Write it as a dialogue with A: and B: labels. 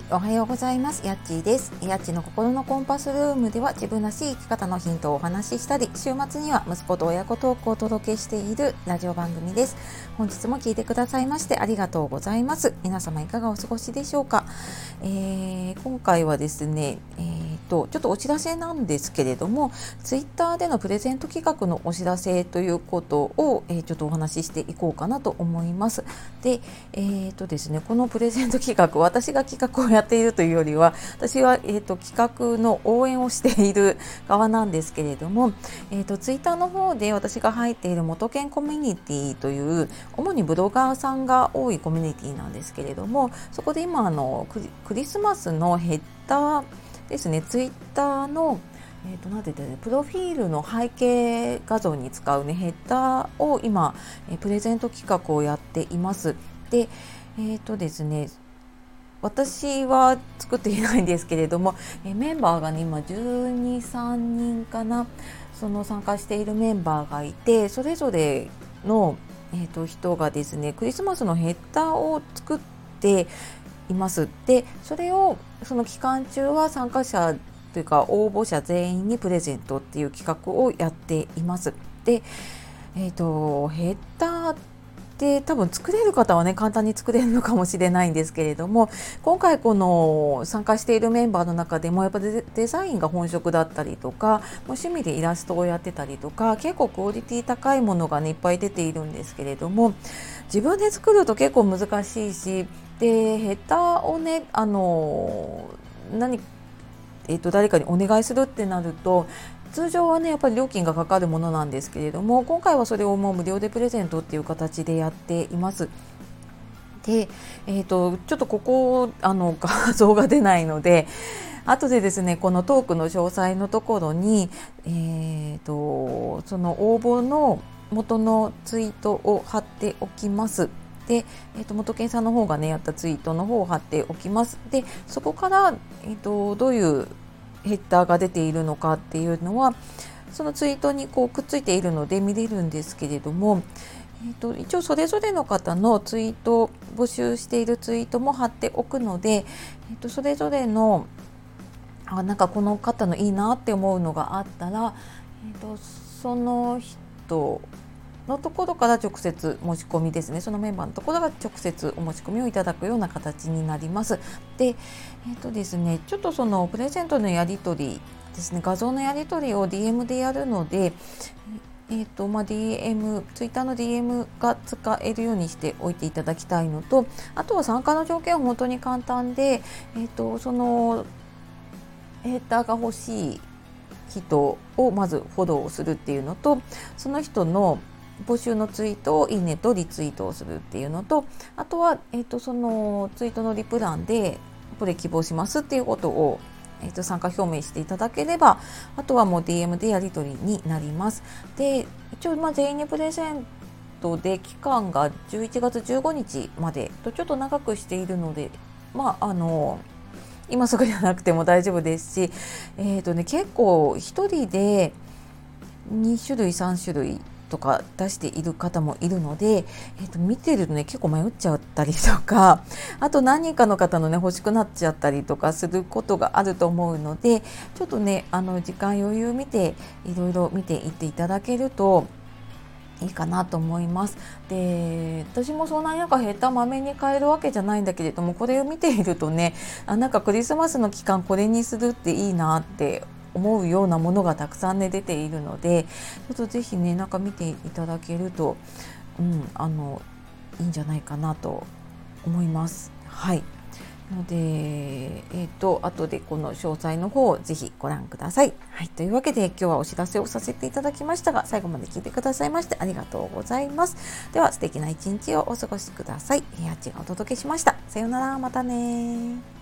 A: おはようございます。やっちーです。やっちの心のコンパスルームでは自分らしい生き方のヒントをお話ししたり、週末には息子と親子トークをお届けしているラジオ番組です。本日も聞いてくださいましてありがとうございます。皆様いかがお過ごしでしょうか。今回はですね、ちょっとお知らせなんですけれども、ツイッターでのプレゼント企画のお知らせということを、ちょっとお話ししていこうかなと思います。で、ですね、このプレゼント企画、私が企画をやっているというよりは、私は、企画の応援をしている側なんですけれども、ツイッターの方で私が入っている元研コミュニティという主にブロガーさんが多いコミュニティなんですけれども、そこで今クリスマスのヘッダーですね、ツイッターのなんて言ってね、プロフィールの背景画像に使うねヘッダーを今プレゼント企画をやっています。で、ですね、私は作っていないんですけれども、メンバーがね今12、3人かな、その参加しているメンバーがいて、それぞれの、人がですねクリスマスのヘッダーを作っています。で、それをその期間中は参加者というか応募者全員にプレゼントっていう企画をやっています。で、ヘッダーで多分作れる方はね簡単に作れるのかもしれないんですけれども、今回この参加しているメンバーの中でもやっぱりデザインが本職だったりとか、もう趣味でイラストをやってたりとか、結構クオリティ高いものがねいっぱい出ているんですけれども、自分で作ると結構難しいし、でヘッダーをね誰かにお願いするってなると、通常はねやっぱり料金がかかるものなんですけれども、今回はそれをもう無料でプレゼントっていう形でやっています。で、ちょっとここ画像が出ないので、後でですねこのトークの詳細のところに、その応募の元のツイートを貼っておきます。で、元研さんの方がねやったツイートの方を貼っておきます。で、そこから、どういうヘッダーが出ているのかっていうのはそのツイートにこうくっついているので見れるんですけれども、一応それぞれの方のツイート、募集しているツイートも貼っておくので、それぞれのなんかこの方のいいなって思うのがあったら、その人のところから直接申し込みですね、そのメンバーのところが直接お申し込みをいただくような形になります。で、ですね、ちょっとそのプレゼントのやり取りですね、画像のやり取りを DM でやるので、DM、ツイッターの DM が使えるようにしておいていただきたいのと、あとは参加の条件は本当に簡単で、そのヘッダーが欲しい人をまずフォローするっていうのと、その人の募集のツイートをいいねとリツイートをするっていうのと、あとは、そのツイートのリプ欄でこれ希望しますっていうことを、参加表明していただければ、あとはもう DM でやり取りになります。で、一応全員にプレゼントで期間が11月15日までとちょっと長くしているので、今すぐじゃなくても大丈夫ですし、結構一人で2種類3種類とか出している方もいるので、見てるとね結構迷っちゃったりとか、あと何人かの方のね欲しくなっちゃったりとかすることがあると思うので、ちょっとね時間余裕見ていろいろ見ていっていただけるといいかなと思います。で、私もそんなになんかヘッダーまめに変えるわけじゃないんだけれども、これを見ているとね、なんかクリスマスの期間これにするっていいなって思うようなものがたくさんね出ているので、ちょっとぜひねなんか見ていただけると、いいんじゃないかなと思います。はい。ので、後でこの詳細の方をぜひご覧ください。はい、というわけで今日はお知らせをさせていただきましたが、最後まで聞いてくださいましてありがとうございます。では素敵な一日をお過ごしください。やっちがお届けしました。さようなら、またね。